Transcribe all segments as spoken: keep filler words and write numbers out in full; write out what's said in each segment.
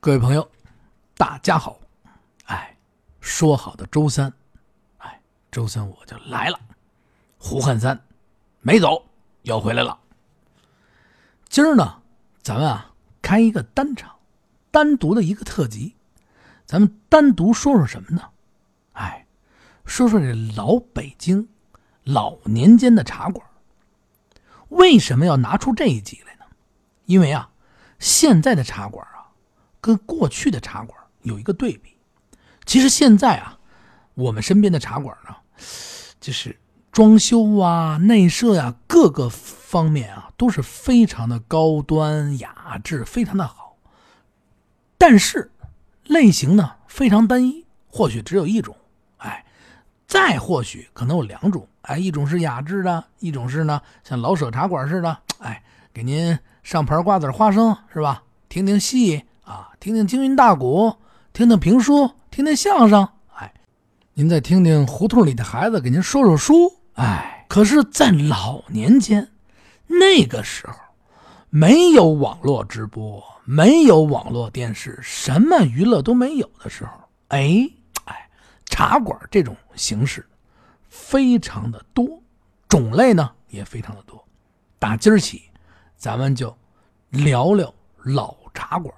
各位朋友，大家好。哎，说好的周三，哎，周三我就来了。胡汉三没走，要回来了。今儿呢，咱们啊开一个单场，单独的一个特辑，咱们单独说说什么呢？哎，说说这老北京老年间的茶馆。为什么要拿出这一集来呢？因为啊，现在的茶馆啊，跟过去的茶馆有一个对比。其实现在啊，我们身边的茶馆呢，就是装修啊、内设呀、啊，各个方面啊，都是非常的高端雅致，非常的好。但是类型呢非常单一，或许只有一种，哎，再或许可能有两种，哎，一种是雅致的，一种是呢像老舍茶馆似的，哎，给您上盘瓜子花生是吧？听听戏啊，听听京韵大鼓，听听评书，听听相声，哎，您再听听胡同里的孩子给您说说书，哎，可是在老年间那个时候，没有网络直播，没有网络电视，什么娱乐都没有的时候，哎哎，茶馆这种形式非常的多，种类呢也非常的多。打今儿起，咱们就聊聊老茶馆。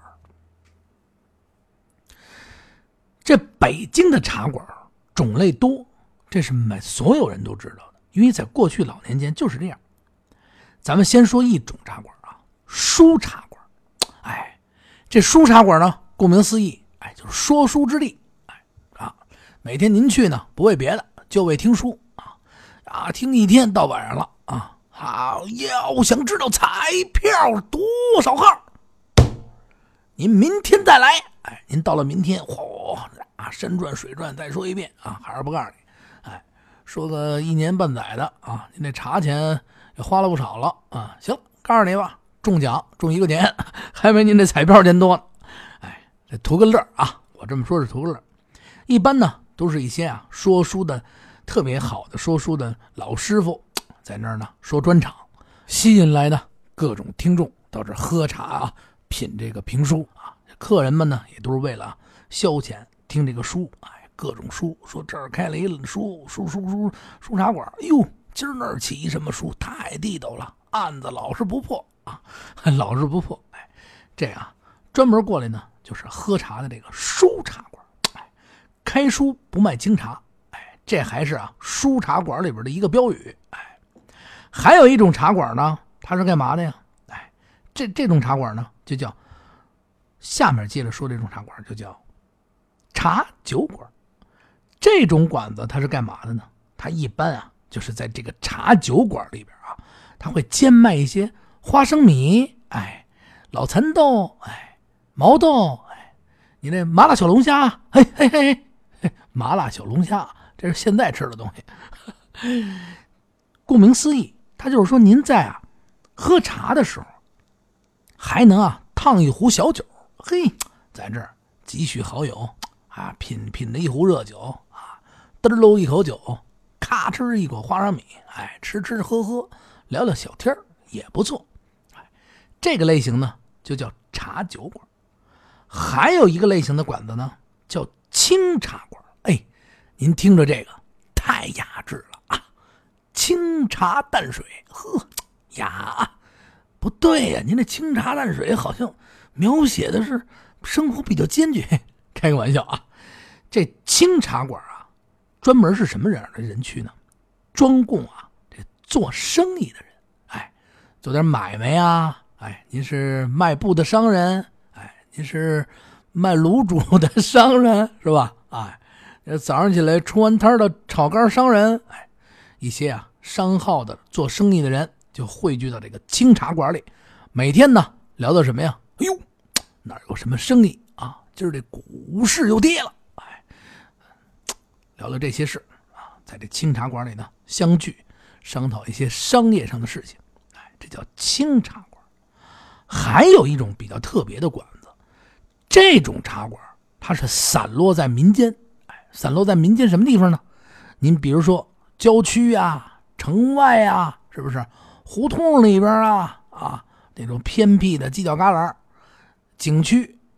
这北京的茶馆种类多，这是每所有人都知道的，因为在过去老年间就是这样。咱们先说一种茶馆啊，书茶馆。哎，这书茶馆呢，顾名思义，哎，就是说书之地。哎啊，每天您去呢，不为别的，就为听书啊啊，听一天到晚上了啊。好，要想知道彩票多少号，您明天再来。哎，您到了明天，嚯啊，山转水转再说一遍啊，还是不告诉你。哎，说个一年半载的啊，您这茶钱也花了不少了啊。行，告诉你吧，中奖中一个年，还没您这彩票钱多呢。哎，这图个乐啊，我这么说是图个乐。一般呢，都是一些啊说书的特别好的说书的老师傅，在那儿呢说专场，吸引来的各种听众到这喝茶啊，品这个评书啊。客人们呢也都是为了消遣听这个书，哎，各种书，说这儿开了一书书书书书茶馆，哎呦，今儿那儿起什么书，太地道了，案子老是不破啊，老是不破。哎，这样专门过来呢，就是喝茶的这个书茶馆，哎，开书不卖清茶，哎，这还是啊书茶馆里边的一个标语。哎，还有一种茶馆呢，它是干嘛的呀？哎，这这种茶馆呢，就叫。下面接着说这种茶馆就叫茶酒馆。这种馆子它是干嘛的呢？它一般啊就是在这个茶酒馆里边啊，它会兼卖一些花生米，哎，老蚕豆，哎，毛豆，哎，你那麻辣小龙虾，嘿嘿嘿嘿，麻辣小龙虾，这是现在吃的东西。顾名思义，它就是说您在啊喝茶的时候，还能啊烫一壶小酒。嘿，在这儿几许好友啊，品品了一壶热酒啊，嘚喽一口酒，咔哧一口花生米，哎，吃吃喝喝，聊聊小天也不错。哎，这个类型呢就叫茶酒馆。还有一个类型的馆子呢叫清茶馆。哎，您听着这个太雅致了啊，清茶淡水，呵呀，不对呀，您这清茶淡水好像描写的是生活比较艰巨，开个玩笑啊。这清茶馆啊，专门是什么人的人去呢？专供啊这做生意的人，哎，做点买卖啊，哎，您是卖布的商人，哎，您是卖卤煮的商人，是吧？哎，早上起来出完摊的炒肝商人，哎，一些啊商号的做生意的人就汇聚到这个清茶馆里，每天呢聊到什么呀？哎呦，哪有什么生意啊？今儿这股市又跌了，哎，聊聊这些事啊，在这清茶馆里呢相聚，商讨一些商业上的事情，哎，这叫清茶馆。还有一种比较特别的馆子，这种茶馆它是散落在民间，哎，散落在民间什么地方呢？您比如说郊区啊、城外啊，是不是？胡同里边啊啊，那种偏僻的犄角旮旯。景区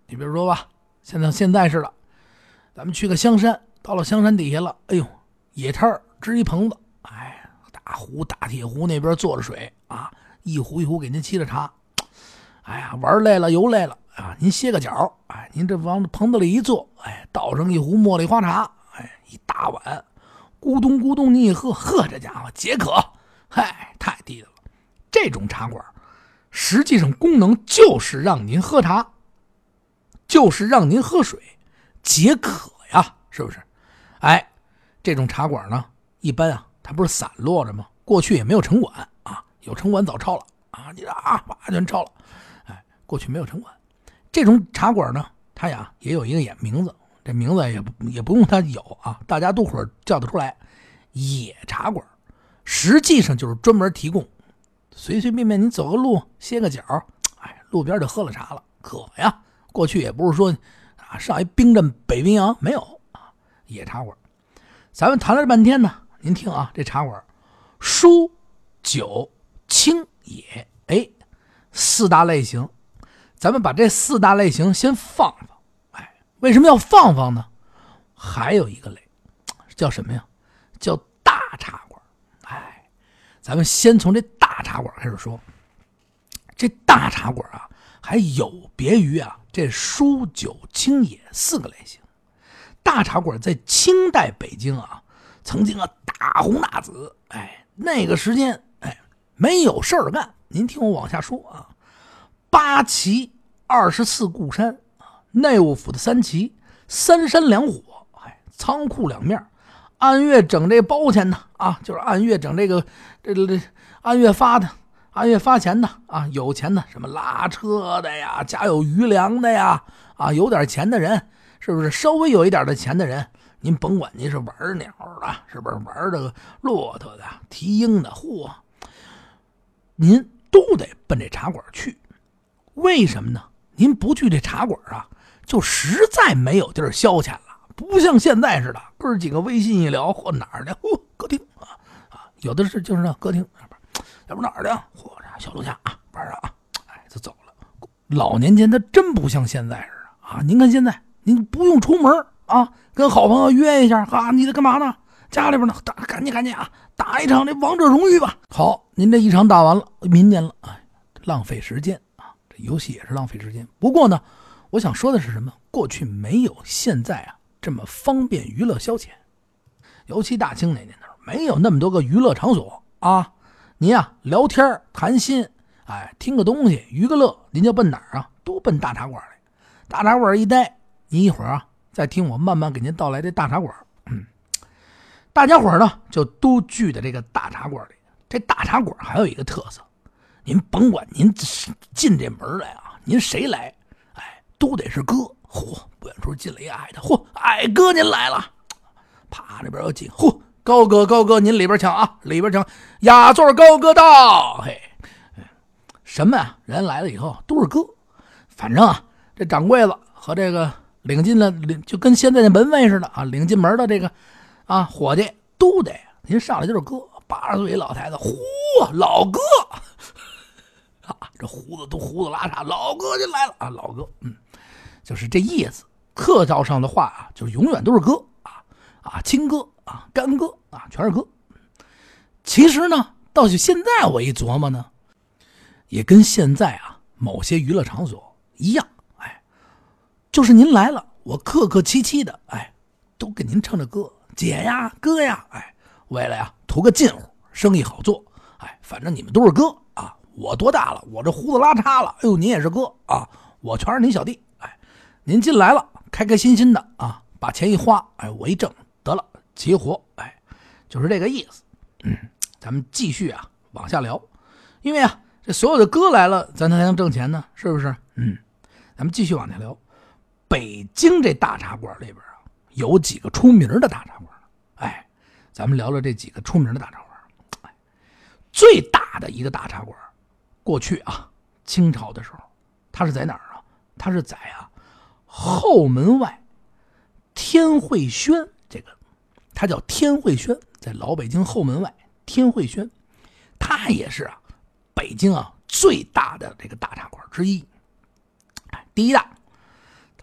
你比如说吧，现在现在似的，咱们去个香山，到了香山底下了，哎呦，野摊支一棚子，哎，大壶大铁壶那边坐着水啊，一壶一壶给您沏着茶。哎呀，玩累了游累了啊，您歇个脚，哎，您这往棚子里一坐，哎，倒上一壶茉莉花茶，哎，一大碗，咕咚咕咚你一喝，呵，这家伙解渴，嗨，太地道了。这种茶馆实际上功能就是让您喝茶，就是让您喝水，解渴呀，是不是？哎，这种茶馆呢，一般啊，它不是散落着吗？过去也没有城管啊，有城管早抄了啊，你这啊，把全抄了。哎，过去没有城管，这种茶馆呢，它呀也有一个野名字，这名字也不也不用它有啊，大家都会叫得出来，野茶馆，实际上就是专门提供随随便便你走个路歇个脚，哎，路边就喝了茶了，渴呀。过去也不是说啊上一冰镇北冰洋，没有啊，野茶馆。咱们谈了半天呢，您听啊，这茶馆蔬酒清野，哎，四大类型，咱们把这四大类型先放放。哎，为什么要放放呢？还有一个类叫什么呀？叫大茶馆。哎，咱们先从这大茶馆开始说。这大茶馆啊，还有别于啊这蔬酒清野四个类型。大茶馆在清代北京啊，曾经啊大红大紫，哎，那个时间哎没有事儿干。您听我往下说啊，八旗二十四固山啊，内务府的三旗，三山两火，哎，仓库两面，按月整这包钱的啊，就是按月整这个这这按月发的。按月发钱的啊，有钱的什么拉车的呀，家有余粮的呀，啊，有点钱的人，是不是稍微有一点的钱的人，您甭管您是玩鸟的，是不是玩这个骆驼的、蹄鹰的，嚯，您都得奔这茶馆去。为什么呢？您不去这茶馆啊，就实在没有地儿消遣了。不像现在似的，哥几个微信一聊，或哪儿的，嚯，歌厅啊啊，有的是就是那歌厅。要不哪儿的，嚯，小楼下啊，玩上啊，哎，就走了。老年间他真不像现在似的啊！您看现在，您不用出门啊，跟好朋友约一下啊，你在干嘛呢？家里边呢，打赶紧赶紧啊，打一场这王者荣誉吧。好，您这一场打完了，明年了，哎，浪费时间啊！这游戏也是浪费时间。不过呢，我想说的是什么？过去没有现在啊这么方便娱乐消遣，尤其大清那年头，没有那么多个娱乐场所啊。您呀、啊、聊天谈心，哎，听个东西娱个乐，您就奔哪儿啊？都奔大茶馆来。大茶馆一待，您一会儿啊再听我慢慢给您道来这大茶馆。嗯，大家伙呢就都聚在这个大茶馆里。这大茶馆还有一个特色，您甭管您进这门来啊，您谁来，哎，都得是哥。嚯，不远处进来一矮的，嚯，矮哥您来了，啪那边有进，嚯。高哥，高哥，您里边请啊，里边请，雅座高哥到。嘿，什么啊？人来了以后都是哥，反正啊，这掌柜子和这个领进了，就跟现在的门卫似的啊，领进门的这个啊伙计都得，您上来就是哥，八十岁老太太，嚯，老哥啊，这胡子都胡子拉碴，老哥就来了啊，老哥，嗯，就是这意思。客套上的话啊，就是永远都是哥啊啊，亲哥。啊，干哥啊，全是哥。其实呢，到现在我一琢磨呢，也跟现在啊某些娱乐场所一样，哎，就是您来了，我客客气气的，哎，都跟您称着哥、姐呀、哥呀，哎，为了呀图个近乎，生意好做，哎，反正你们都是哥啊，我多大了，我这胡子拉碴了，哎呦，您也是哥啊，我全是您小弟，哎，您进来了，开开心心的啊，把钱一花，哎，我一挣得了。齐活，哎，就是这个意思。嗯，咱们继续啊往下聊，因为啊这所有的歌来了，咱才能挣钱呢，是不是？嗯，咱们继续往下聊。北京这大茶馆里边啊，有几个出名的大茶馆，哎，咱们聊聊这几个出名的大茶馆。哎，最大的一个大茶馆，过去啊清朝的时候，它是在哪儿啊？它是在啊后门外天惠轩。这个它叫天惠轩，在老北京后门外天惠轩，它也是啊北京啊最大的这个大茶馆之一。哎，第一大，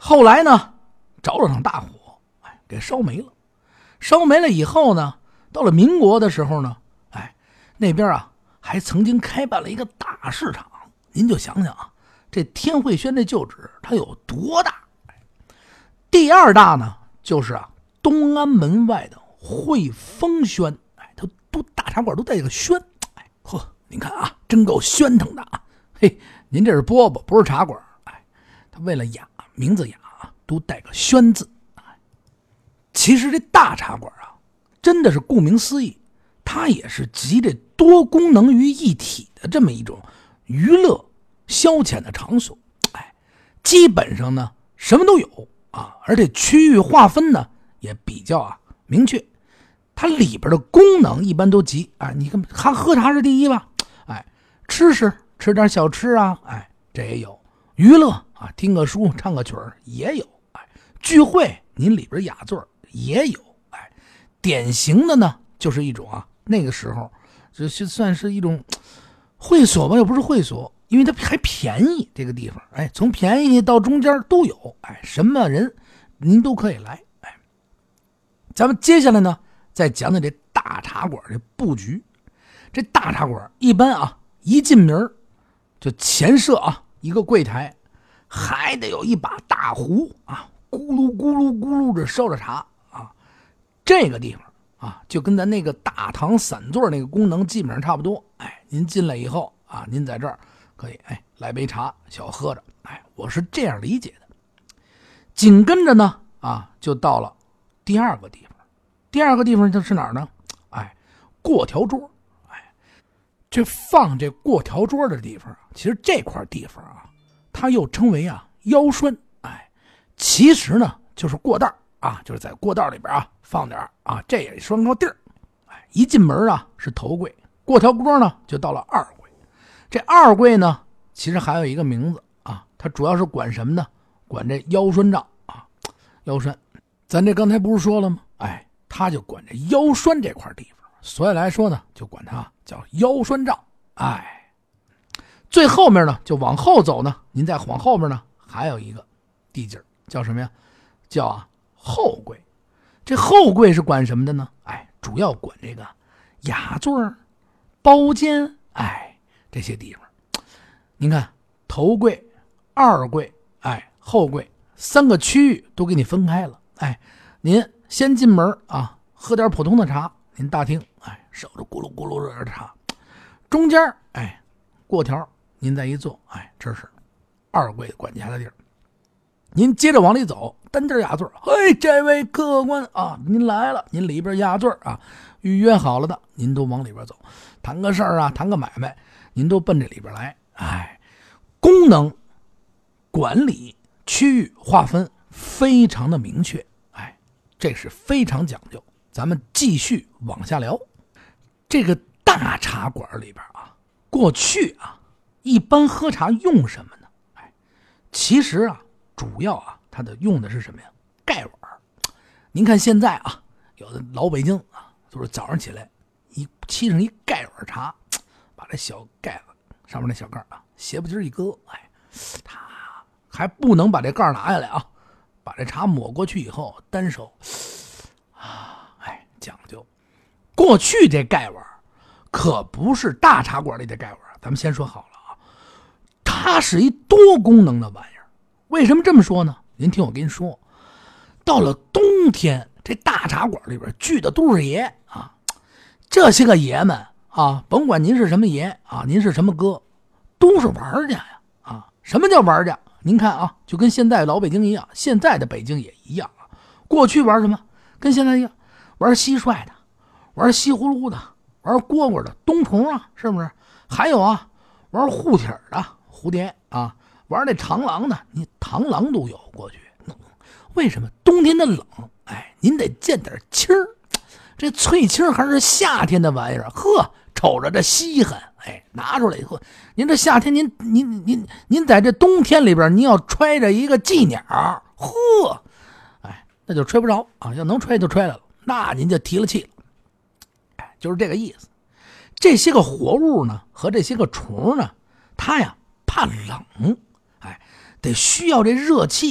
后来呢，着了场大火，哎，给烧没了。烧没了以后呢，到了民国的时候呢，哎，那边啊还曾经开办了一个大市场。您就想想啊，这天惠轩这旧址它有多大？第二大呢，就是啊东安门外的汇丰轩，哎，它都大茶馆都带一个轩，哎，呵，您看啊，真够喧腾的啊！嘿，您这是饽饽，不是茶馆，哎，它为了雅，名字雅啊，都带个轩字。哎，其实这大茶馆啊，真的是顾名思义，它也是集这多功能于一体的这么一种娱乐消遣的场所。哎，基本上呢什么都有啊，而且区域划分呢也比较啊明确，它里边的功能一般都集啊，你看喝喝茶是第一吧，哎，吃是吃点小吃啊，哎，这也有；娱乐啊，听个书唱个曲儿也有，哎，聚会您里边雅座也有，哎，典型的呢就是一种啊那个时候这算是一种会所吧，又不是会所，因为它还便宜，这个地方，哎，从便宜到中间都有，哎，什么人您都可以来，哎，咱们接下来呢，再讲讲这大茶馆这布局。这大茶馆一般啊，一进门就前设啊一个柜台，还得有一把大壶啊，咕噜咕噜咕噜着烧着茶啊，这个地方啊，就跟咱那个大堂散座那个功能基本上差不多。哎，您进来以后啊，您在这儿可以哎来杯茶小喝着，哎，我是这样理解的。紧跟着呢啊，就到了第二个地方。第二个地方就是哪儿呢？哎，过条桌。哎，这放这过条桌的地方啊，其实这块地方啊，它又称为啊腰栓。哎，其实呢就是过道啊，就是在过道里边啊放点啊，这也拴个地儿。哎，一进门啊是头柜，过条桌呢就到了二柜。这二柜呢，其实还有一个名字啊，它主要是管什么呢？管这腰栓帐啊，腰栓。咱这刚才不是说了吗？哎，他就管这腰栓这块地方，所以来说呢，就管它叫腰栓帐。哎，最后面呢，就往后走呢，您再往后面呢，还有一个地界叫什么呀？叫啊后柜。这后柜是管什么的呢？哎，主要管这个雅座、包间，哎，这些地方。您看，头柜、二柜，哎，后柜三个区域都给你分开了。哎，您先进门啊，喝点普通的茶，您大厅哎烧着咕噜咕噜热的茶，中间哎过条您再一坐，哎，这是二柜管家的地儿。您接着往里走，单间雅座，嘿，这位客官啊，您来了，您里边雅座啊，预约好了的，您都往里边走，谈个事儿啊，谈个买卖，您都奔这里边来。哎，功能管理区域划分非常的明确，哎，这是非常讲究。咱们继续往下聊，这个大茶馆里边啊，过去啊，一般喝茶用什么呢？哎，其实啊，主要啊，它的用的是什么呀？盖碗。您看现在啊，有的老北京啊，就是早上起来一沏上一盖碗茶，把这小盖子上面那小盖啊，斜不劲一搁，哎，他还不能把这盖拿下来啊，把这茶抹过去以后，单手啊，哎，讲究。过去这盖碗可不是大茶馆里的盖碗，咱们先说好了啊，它是一多功能的玩意儿。为什么这么说呢？您听我跟您说，到了冬天，这大茶馆里边聚的都是爷啊，这些个爷们啊，甭管您是什么爷啊，您是什么哥，都是玩家呀啊！什么叫玩家？您看啊，就跟现在老北京一样，现在的北京也一样啊。过去玩什么？跟现在一样，玩蟋蟀的，玩西葫芦的，玩蝈蝈的，冬虫啊，是不是？还有啊，玩护体的蝴蝶啊，玩那螳螂的，你螳螂都有过去。为什么？冬天的冷，哎，您得见点青儿。这翠青还是夏天的玩意儿，呵，瞅着这稀罕，哎，拿出来以后，您这夏天您您您您在这冬天里边，您要揣着一个寄鸟，呵，哎，那就揣不着啊，要能揣就揣来了，那您就提了气了，哎，就是这个意思。这些个活物呢，和这些个虫呢，它呀怕冷，哎，得需要这热气啊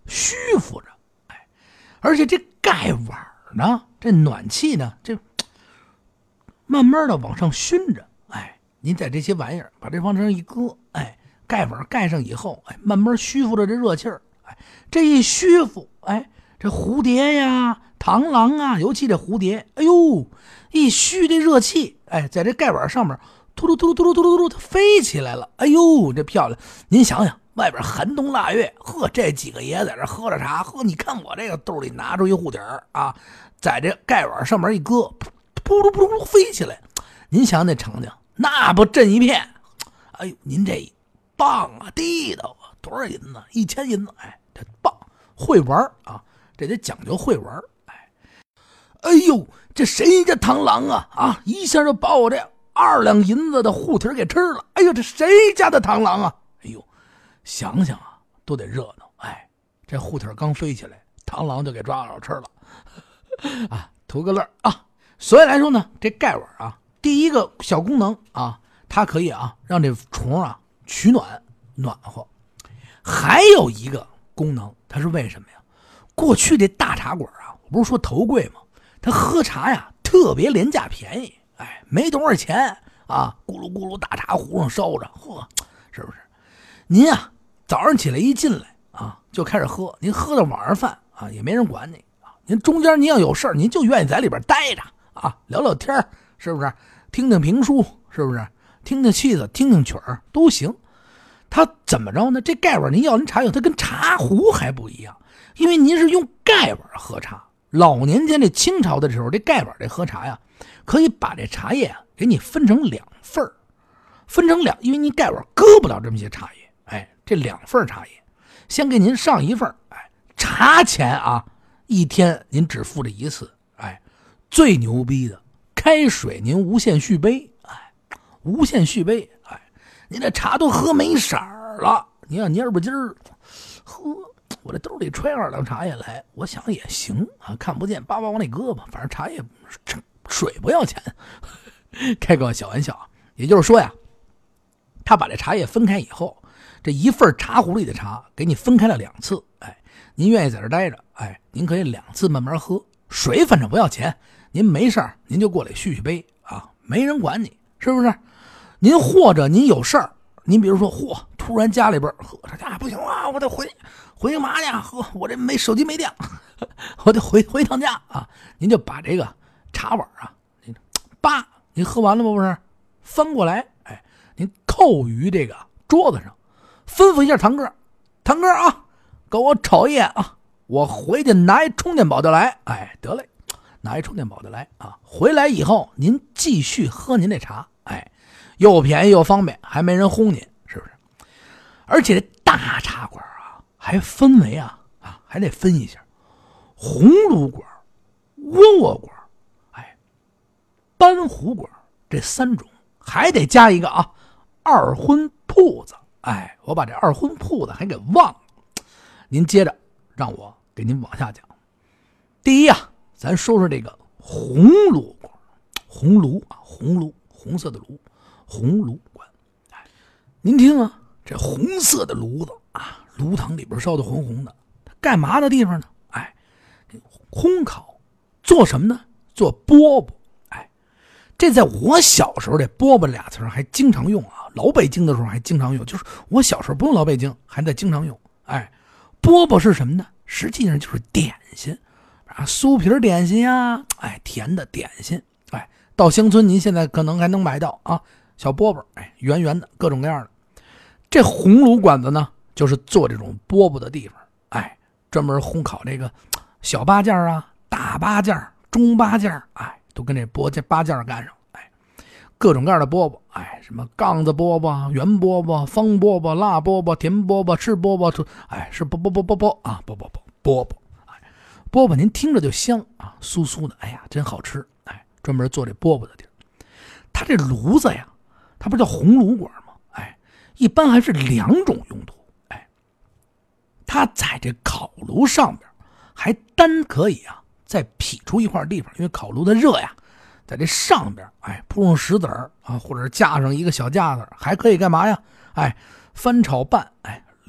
虚浮着，哎，而且这盖碗呢，这暖气呢，这慢慢的往上熏着，哎，您在这些玩意儿把这往上一搁，哎，盖碗盖上以后，哎，慢慢虚浮着这热气儿，哎，这一虚浮，哎，这蝴蝶呀、螳螂啊，尤其这蝴蝶，哎呦，一虚这热气，哎，在这盖碗上面突噜突噜突噜突噜突噜，它飞起来了，哎呦，这漂亮！您想想，外边寒冬腊月，呵，这几个爷在这喝着茶，呵，你看我这个兜里拿出一护底儿啊，在这盖碗上面一搁，噗噜噗噜噗噜飞起来，您想想那场景，那不震一片？哎呦，您这棒啊，地道啊，多少银子？一千银子，哎，这棒，会玩啊，这得讲究会玩，哎，哎呦，这谁家螳螂啊啊，一下就把我这二两银子的护体给吃了，哎呦，这谁家的螳螂啊？哎呦，想想啊，都得热闹，哎，这护体刚飞起来，螳螂就给抓着吃了，啊，图个乐啊。所以来说呢，这盖碗啊，第一个小功能啊，它可以啊让这虫啊取暖暖和。还有一个功能，它是为什么呀？过去这大茶馆啊，我不是说头贵吗？它喝茶呀特别廉价便宜，哎，没多少钱啊，咕噜咕噜大茶壶上烧着，呵，是不是？您啊早上起来一进来啊就开始喝，您喝到晚上饭啊也没人管你啊，您中间您要有事儿，您就愿意在里边待着。啊，聊聊天是不是？听听评书，是不是？听听戏子，听听曲儿都行。它怎么着呢？这盖碗您要您茶用，它跟茶壶还不一样，因为您是用盖碗喝茶。老年间这清朝的时候，这盖碗这喝茶呀，可以把这茶叶啊给你分成两份儿，分成两，因为你盖碗搁不了这么些茶叶，哎，这两份茶叶，先给您上一份，哎，茶钱啊，一天您只付这一次，哎。最牛逼的，开水您无限续杯，哎，无限续杯，哎，您这茶都喝没色儿了。你看，你要不今儿喝，我这兜里揣二两茶叶来，我想也行啊，看不见，叭叭往里搁吧，反正茶叶水不要钱，开个小玩笑啊。也就是说呀，他把这茶叶分开以后，这一份茶壶里的茶给你分开了两次，哎，您愿意在这待着，哎，您可以两次慢慢喝，水反正不要钱。您没事儿，您就过来续续杯啊，没人管你，是不是？您或者您有事儿，您比如说，嚯，突然家里边喝这家不行啊，我得回回干嘛去？喝，我这没手机没电，我得回回趟家啊。您就把这个茶碗啊，您叭，您喝完了吗？不是，翻过来，哎，您扣于这个桌子上，吩咐一下堂哥，堂哥啊，给我炒一眼啊，我回去拿一充电宝就来。哎，得嘞。拿一充电宝的来啊！回来以后您继续喝您这茶，哎，又便宜又方便，还没人轰您，是不是？而且这大茶馆啊，还分为啊啊，还得分一下红炉馆、窝窝馆，哎，斑壶馆这三种，还得加一个啊二荤铺子，哎，我把这二荤铺子还给忘了。您接着让我给您往下讲。第一啊。咱说说这个红炉馆，红炉啊，红炉，红色的炉，红炉馆。哎，您听啊，这红色的炉子啊，炉膛里边烧的红红的，干嘛的地方呢？哎，烘烤，做什么呢？做饽饽。哎，这在我小时候，这饽饽俩词还经常用啊，老北京的时候还经常用，就是我小时候不用老北京，还在经常用。哎，饽饽是什么呢？实际上就是点心。啊，酥皮点心呀，哎，甜的点心，哎，到乡村您现在可能还能买到啊，小饽饽，哎，圆圆的，各种各样的。这红炉馆子呢，就是做这种饽饽的地方，哎，专门烘烤这个小八件啊、大八件、中八件，哎，都跟这饽件八件干上，哎，各种各样的饽饽，哎，什么杠子饽饽、圆饽饽、方饽饽、辣饽饽、甜饽饽、赤饽饽，哎，是饽饽饽饽饽啊，饽饽饽饽饽。饽饽您听着就香啊，酥酥的，哎呀，真好吃！哎，专门做这饽饽的地儿。它这炉子呀，它不叫红炉馆吗？哎，一般还是两种用途。哎，它在这烤炉上边还单可以啊，再劈出一块地方，因为烤炉的热呀，在这上边，哎，铺上石子儿啊，或者架上一个小架子，还可以干嘛呀？哎，翻炒拌，哎，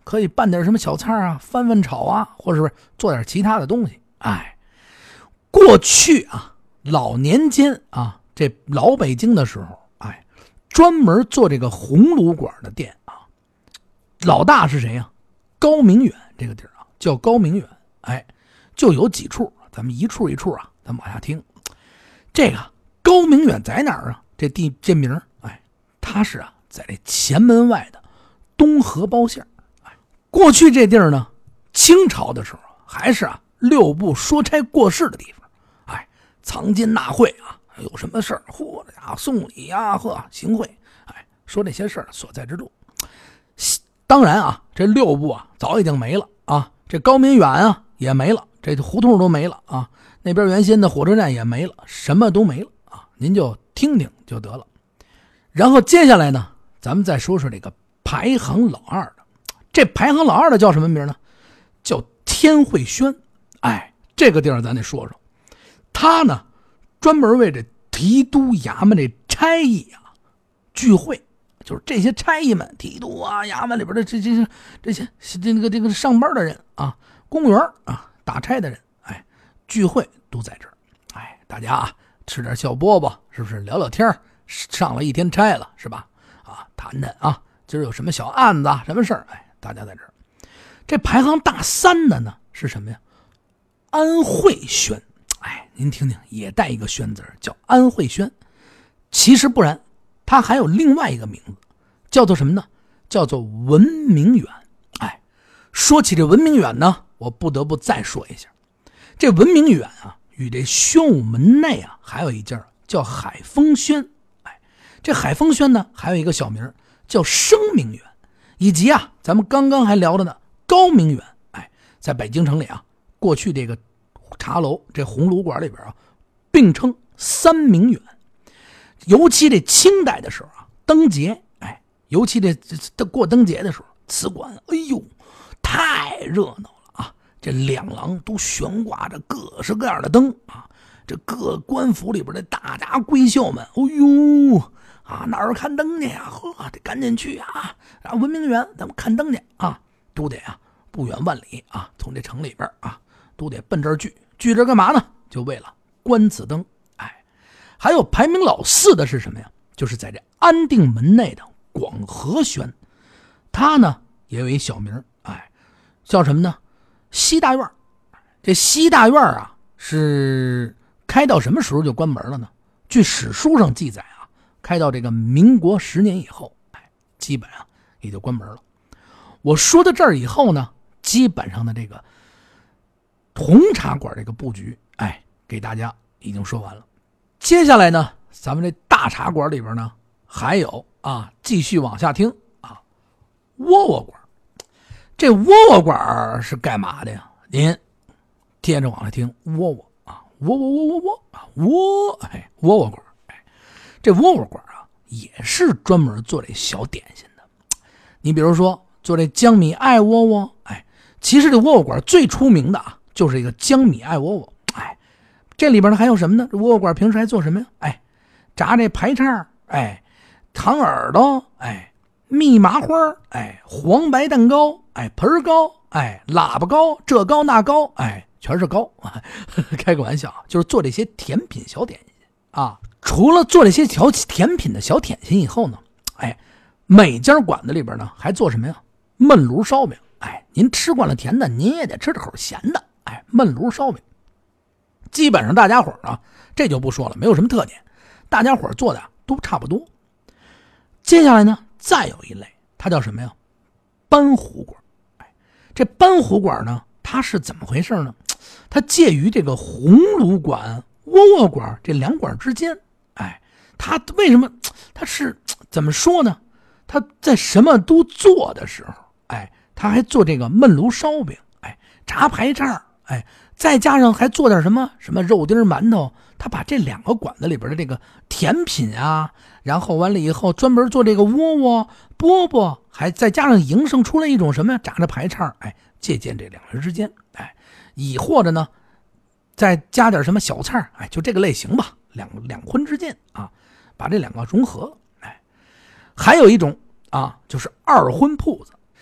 可以拌点什么小菜啊，翻翻炒啊，或者是做点其他的东西。哎，过去啊，老年间啊，这老北京的时候，哎，专门做这个红炉馆的店啊，老大是谁呀、啊？高明远这个地儿啊，叫高明远。哎，就有几处，咱们一处一处啊，咱们往下听。这个高明远在哪儿啊？这地这名儿，哎，他是啊，在这前门外的东河包馅。哎，过去这地儿呢，清朝的时候还是啊六部说差过世的地方。哎，藏金纳贿啊，有什么事儿，嚯呀，送礼呀，呵，行贿，哎，说这些事儿所在之处。当然啊，这六部啊早已经没了啊，这高明远啊也没了，这胡同都没了啊，那边原先的火车站也没了，什么都没了啊，您就听听就得了。然后接下来呢，咱们再说说这个排行老二的。这排行老二的叫什么名呢？叫天惠轩。哎，这个地儿咱得说说，他呢专门为这提督衙门这差役啊聚会，就是这些差役们，提督啊，衙门里边的这这这些这个这个上班的人啊，公务员啊，打差的人，哎，聚会都在这儿。哎，大家啊吃点小饽饽，是不是聊聊天？上了一天差了，是吧？啊，谈谈啊，今儿有什么小案子啊，什么事儿？哎，大家在这儿。这排行大三的呢是什么呀？安慧轩。哎，您听听，也带一个轩字，叫安慧轩。其实不然，他还有另外一个名字，叫做什么呢？叫做文明远。哎，说起这文明远呢，我不得不再说一下，这文明远啊，与这宣武门内啊，还有一家叫海丰轩。哎，这海丰轩呢，还有一个小名叫生明远，以及啊，咱们刚刚还聊的呢，高明远。哎，在北京城里啊，过去这个茶楼这红炉馆里边啊，并称三明远。尤其这清代的时候啊，灯节，哎，尤其这这过灯节的时候，此馆哎呦太热闹了啊！这两廊都悬挂着各式各样的灯啊，这各官府里边的大家闺秀们，哎呦啊，哪儿看灯去呀？呵，得赶紧去啊！然后文明园咱们看灯去啊，都得啊不远万里啊，从这城里边啊，都得奔这儿聚。聚这干嘛呢？就为了观此灯。哎，还有排名老四的是什么呀？就是在这安定门内的广和轩，他呢也有一小名，哎，叫什么呢？西大院。这西大院啊，是开到什么时候就关门了呢？据史书上记载啊，开到这个民国十年以后，哎，基本啊也就关门了。我说到这儿以后呢，基本上的这个红茶馆这个布局，哎，给大家已经说完了。接下来呢，咱们这大茶馆里边呢，还有啊，继续往下听啊，窝窝馆。这窝窝馆是干嘛的呀？您接着往下听，窝窝啊，窝窝窝窝窝啊，窝，哎，窝窝馆。哎，这窝窝馆啊，也是专门做这小点心的。你比如说做这江米艾窝窝，哎，其实这窝窝馆最出名的啊，就是一个江米艾窝窝。哎，这里边呢还有什么呢？这窝窝馆平时还做什么呀？哎，炸这排叉，哎，糖耳朵，哎，蜜麻花，哎，黄白蛋糕，哎，盆糕，哎，喇叭糕，这糕那糕，哎，全是糕。开个玩笑，就是做这些甜品小点心啊。除了做这些小甜品的小点心以后呢，哎，每家馆子里边呢还做什么呀？焖炉烧饼。哎，您吃惯了甜的，您也得吃口咸的。哎，焖炉烧饼，基本上大家伙啊，这就不说了，没有什么特点，大家伙做的都差不多。接下来呢，再有一类，它叫什么呀？班壶馆。哎，这班壶馆呢，它是怎么回事呢？它介于这个红炉馆、窝窝馆这两馆之间。哎，它为什么？它是怎么说呢？它在什么都做的时候，哎，它还做这个焖炉烧饼，哎，炸排叉，哎，再加上还做点什么什么肉丁馒头。他把这两个馆子里边的这个甜品啊，然后完了以后专门做这个窝窝饽饽，还再加上营生出来一种什么呀？炸的排叉，哎，借鉴这两人之间，哎，以或者呢再加点什么小菜，哎，就这个类型吧，两两荤之间啊，把这两个融合了。哎，还有一种啊，就是二荤铺子。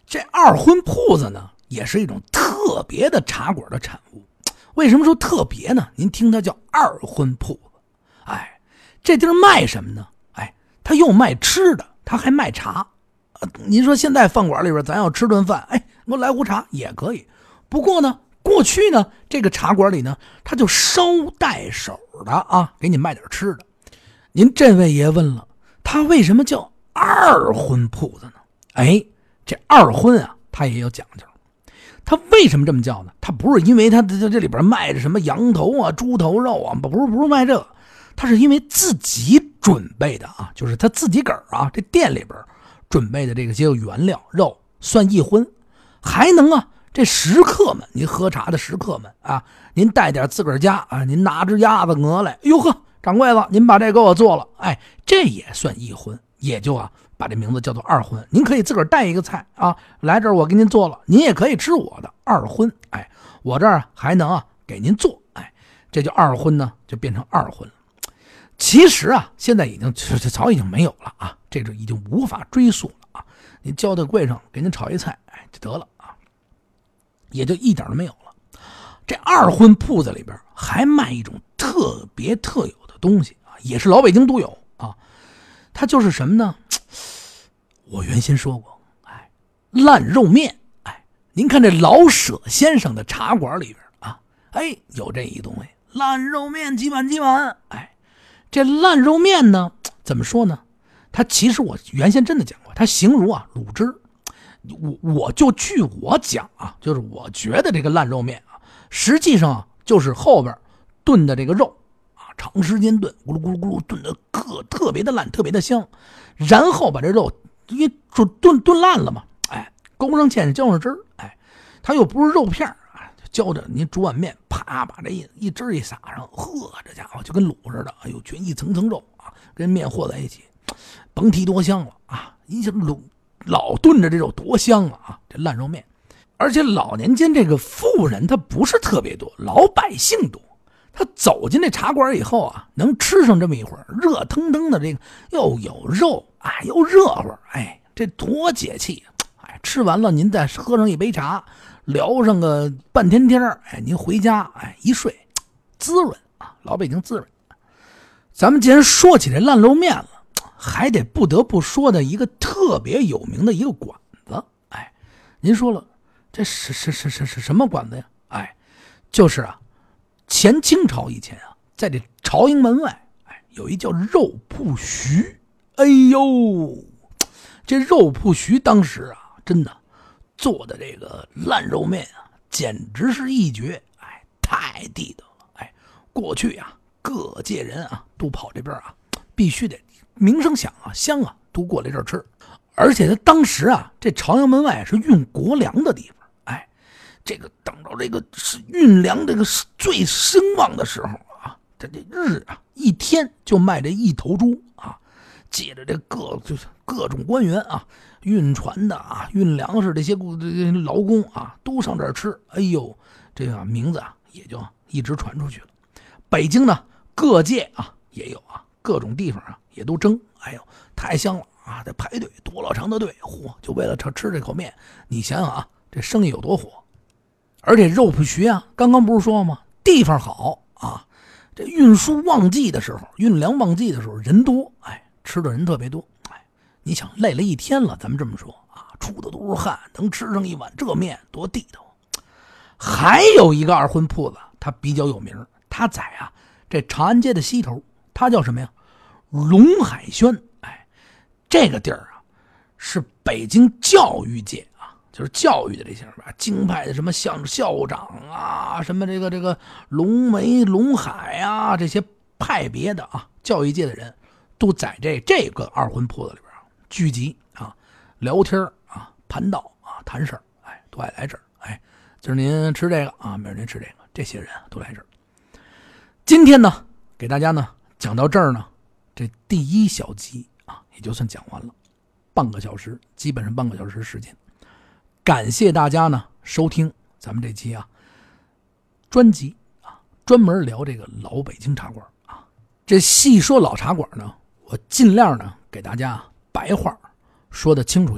这二荤铺子呢，也是一种特别的茶馆的产物。为什么说特别呢？您听它叫二荤铺子，哎，这地儿卖什么呢？哎，他又卖吃的，他还卖茶。呃、您说现在饭馆里边咱要吃顿饭，哎，给我来壶茶也可以。不过呢，过去呢，这个茶馆里呢，他就捎带手的啊，给你卖点吃的。您这位爷问了，他为什么叫二荤铺子呢？哎，这二荤啊，他也有讲究。他为什么这么叫呢？他不是因为他这这里边卖着什么羊头啊、猪头肉啊，不是不是卖这个，他是因为自己准备的啊，就是他自己个儿啊，这店里边准备的这个些原料肉算一荤，还能啊，这食客们，您喝茶的食客们啊，您带点自个儿家啊，您拿只鸭子鹅来，哟呵，掌柜子，您把这给我做了，哎，这也算一荤，也就啊。把这名字叫做二荤，您可以自个儿带一个菜啊，来这儿我给您做了，您也可以吃我的二荤，哎，我这儿还能啊给您做，哎，这就二荤呢，就变成二荤了。其实啊，现在已经早已经没有了啊，这就已经无法追溯了啊。您交到柜上给您炒一菜，哎，就得了啊，也就一点都没有了。这二荤铺子里边还卖一种特别特有的东西啊，也是老北京独有啊，它就是什么呢？我原先说过，哎，烂肉面，哎，您看这老舍先生的茶馆里边啊，哎，有这一东西，烂肉面几碗几碗，哎，这烂肉面呢，怎么说呢？它其实我原先真的讲过，它形如啊卤汁，我我就据我讲啊，就是我觉得这个烂肉面啊，实际上啊就是后边炖的这个肉啊，长时间炖，咕噜咕噜咕噜炖的特特别的烂，特别的香，然后把这肉。因为炖炖烂了嘛，哎，勾上芡浇上汁儿，哎，它又不是肉片儿啊，浇着您煮碗面，啪把这一一汁一撒上，呵，这家伙就跟卤似的，哎呦，全一层层肉啊，跟面和在一起，甭提多香了啊！你想卤老炖着这肉多香啊啊！这烂肉面，而且老年间这个富人他不是特别多，老百姓多。他走进这茶馆以后啊，能吃上这么一会儿，热腾腾的这个又有肉，哎，又热乎，哎，这多解气！哎，吃完了您再喝上一杯茶，聊上个半天天，哎，您回家，哎，一睡，滋润啊，老北京滋润。咱们既然说起这烂肉面了，还得不得不说的一个特别有名的一个馆子，哎，您说了，这是是是是是什么馆子呀？哎，就是啊。前清朝以前啊，在这朝营门外，哎，有一叫肉铺徐。哎呦，这肉铺徐当时啊，真的做的这个烂肉面啊，简直是一绝，哎，太地道了，哎，过去啊，各界人啊都跑这边啊，必须得名声响啊，香啊，都过来这儿吃。而且他当时啊，这朝阳门外是运国粮的地方，哎，这个等到这个是运粮这个最兴旺的时候啊，这这日啊一天就卖这一头猪啊，借着这各就是各种官员啊，运船的啊，运粮食这些劳工啊，都上这儿吃。哎呦，这个名字啊也就一直传出去了。北京呢，各界啊也有啊，各种地方啊也都争。哎呦，太香了啊！得排队多老长的队，嚯，就为了吃吃这口面。你想想啊，这生意有多火！而且肉铺徐啊，刚刚不是说吗？地方好啊，这运输旺季的时候，运粮旺季的时候人多，哎，吃的人特别多。哎，你想累了一天了，咱们这么说啊，出的都是汗，能吃上一碗这面多地道。还有一个二荤铺子，它比较有名，它在啊这长安街的西头，它叫什么呀？龙海轩。哎，这个地儿啊，是北京教育界啊，就是教育的这些吧，京派的什么像校长啊，什么这个这个龙梅、龙海啊，这些派别的啊，教育界的人都在这这个二荤铺子里边聚集啊，聊天啊，盘道啊，谈事儿，哎，都爱来这儿。哎，今儿您吃这个啊，明儿您吃这个，这些人都来这儿。今天呢，给大家呢讲到这儿呢，这第一小集啊，也就算讲完了，半个小时，基本上半个小时时间。感谢大家呢收听咱们这期啊专辑啊，专门聊这个老北京茶馆啊。这细说老茶馆呢，我尽量呢给大家白话说得清楚一点，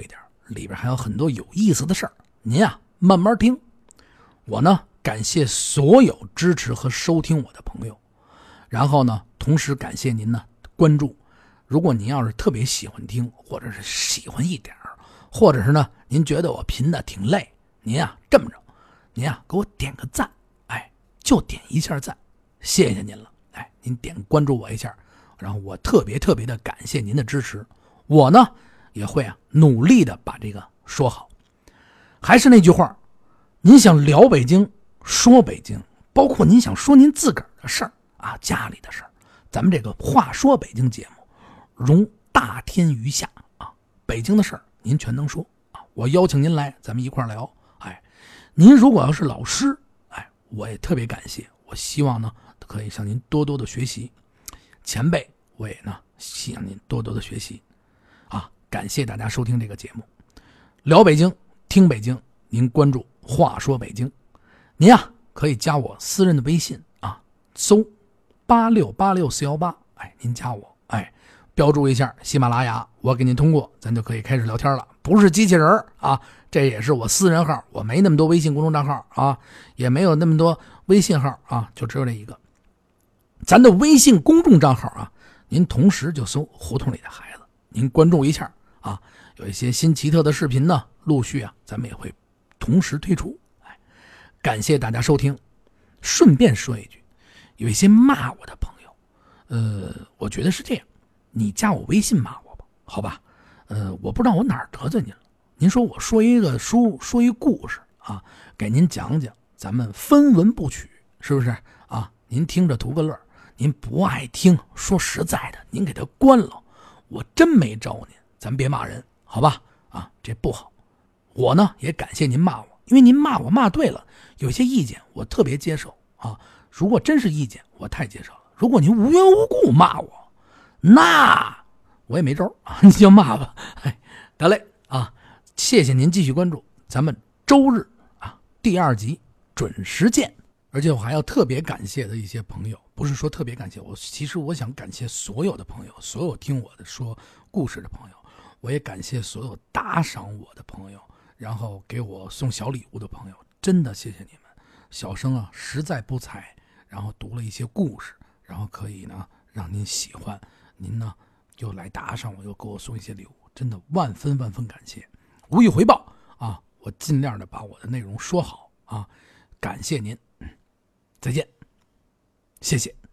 里边还有很多有意思的事儿，您啊慢慢听。我呢感谢所有支持和收听我的朋友，然后呢同时感谢您呢关注。如果您要是特别喜欢听，或者是喜欢一点儿，或者是呢您觉得我频的挺累，您啊这么着，您啊给我点个赞，哎，就点一下赞，谢谢您了。哎，您点关注我一下，然后我特别特别的感谢您的支持。我呢也会啊努力的把这个说好。还是那句话，您想聊北京说北京，包括您想说您自个儿的事儿啊，家里的事儿，咱们这个话说北京节目容大天于下啊，北京的事儿您全能说啊。我邀请您来，咱们一块聊。哎，您如果要是老师，哎，我也特别感谢。我希望呢可以向您多多的学习，前辈我也呢希望您多多的学习啊。感谢大家收听这个节目，聊北京，听北京，您关注话说北京。您啊可以加我私人的微信啊，搜八六八六四一八，哎，您加我，哎，标注一下喜马拉雅，我给您通过，咱就可以开始聊天了。不是机器人啊，这也是我私人号，我没那么多微信公众账号啊，也没有那么多微信号啊，就只有这一个。咱的微信公众账号啊，您同时就搜胡同里的孩子，您关注一下啊，有一些新奇特的视频呢，陆续啊咱们也会同时推出。哎，感谢大家收听。顺便说一句，有一些骂我的朋友，呃，我觉得是这样，你加我微信骂我吧，好吧？呃，我不知道我哪儿得罪您了。您说我说一个书，说一故事啊，给您讲讲，咱们分文不取，是不是啊？您听着图个乐，您不爱听，说实在的，您给他关了，我真没招您，咱别骂人，好吧？啊，这不好。我呢也感谢您骂我，因为您骂我骂对了，有些意见我特别接受啊。如果真是意见，我太接受了。如果您无缘无故骂我，那我也没招啊，你就骂吧。哎，得嘞啊，谢谢您继续关注，咱们周日啊第二集准时见。而且我还要特别感谢的一些朋友，不是说特别感谢我，其实我想感谢所有的朋友，所有听我的说故事的朋友，我也感谢所有打赏我的朋友，然后给我送小礼物的朋友，真的谢谢你们。小生啊实在不才，然后读了一些故事，然后可以呢让您喜欢，您呢又来打赏我，又给我送一些礼物，真的万分万分感谢，无以回报啊！我尽量的把我的内容说好啊，感谢您，再见，谢谢。